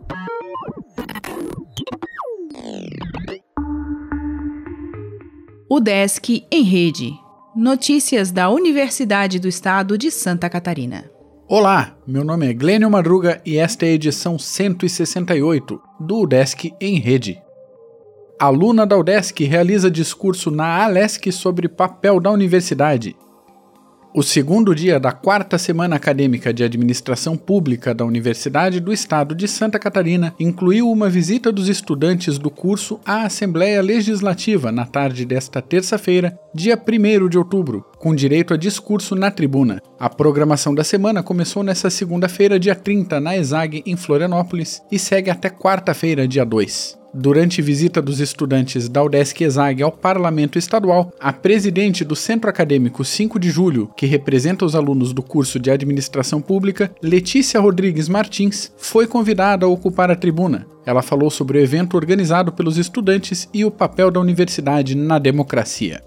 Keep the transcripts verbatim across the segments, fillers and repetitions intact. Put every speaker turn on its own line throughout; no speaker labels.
UDESC em Rede. Notícias da Universidade do Estado de Santa Catarina.
Olá, meu nome é Glênio Madruga e esta é a edição cento e sessenta e oito do UDESC em Rede. Aluna da UDESC realiza discurso na Alesc sobre papel da universidade. O segundo dia da quarta Semana Acadêmica de Administração Pública da Universidade do Estado de Santa Catarina incluiu uma visita dos estudantes do curso à Assembleia Legislativa na tarde desta terça-feira, dia primeiro de outubro, com direito a discurso na tribuna. A programação da semana começou nesta segunda-feira, dia trinta, na ESAG, em Florianópolis, e segue até quarta-feira, dia dois. Durante visita dos estudantes da UDESC-ESAG ao Parlamento Estadual, a presidente do Centro Acadêmico cinco de julho, que representa os alunos do curso de Administração Pública, Letícia Rodrigues Martins, foi convidada a ocupar a tribuna. Ela falou sobre o evento organizado pelos estudantes e o papel da universidade na democracia.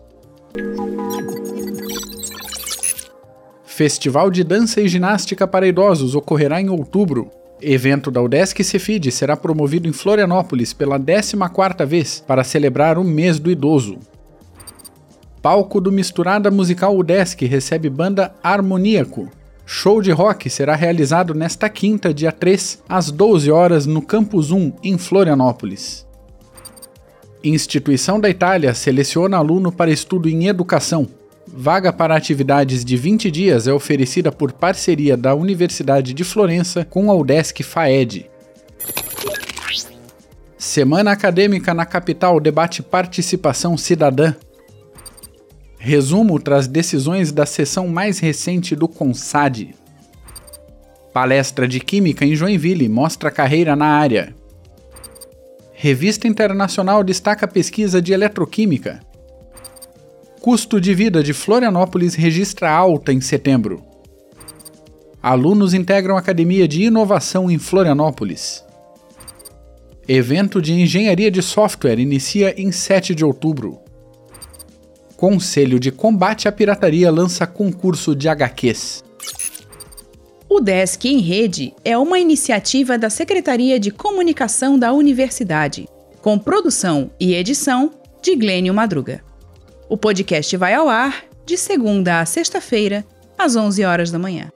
Festival de Dança e Ginástica para Idosos ocorrerá em outubro. Evento da UDESC-Cefid será promovido em Florianópolis pela décima quarta vez para celebrar o mês do idoso. Palco do Misturada Musical UDESC recebe banda Harmoníaco. Show de rock será realizado nesta quinta, dia três, às doze horas, no Campus um, em Florianópolis. Instituição da Itália seleciona aluno para estudo em educação. Vaga para atividades de vinte dias é oferecida por parceria da Universidade de Florença com a UDESC-FAED. Semana Acadêmica na capital debate participação cidadã. Resumo traz decisões da sessão mais recente do CONSAD. Palestra de Química em Joinville mostra carreira na área. Revista Internacional destaca pesquisa de eletroquímica. Custo de vida de Florianópolis registra alta em setembro. Alunos integram Academia de Inovação em Florianópolis. Evento de Engenharia de Software inicia em sete de outubro. Conselho de Combate à Pirataria lança concurso de agá quês.
UDESC em Rede é uma iniciativa da Secretaria de Comunicação da Universidade, com produção e edição de Glênio Madruga. O podcast vai ao ar de segunda a sexta-feira, às onze horas da manhã.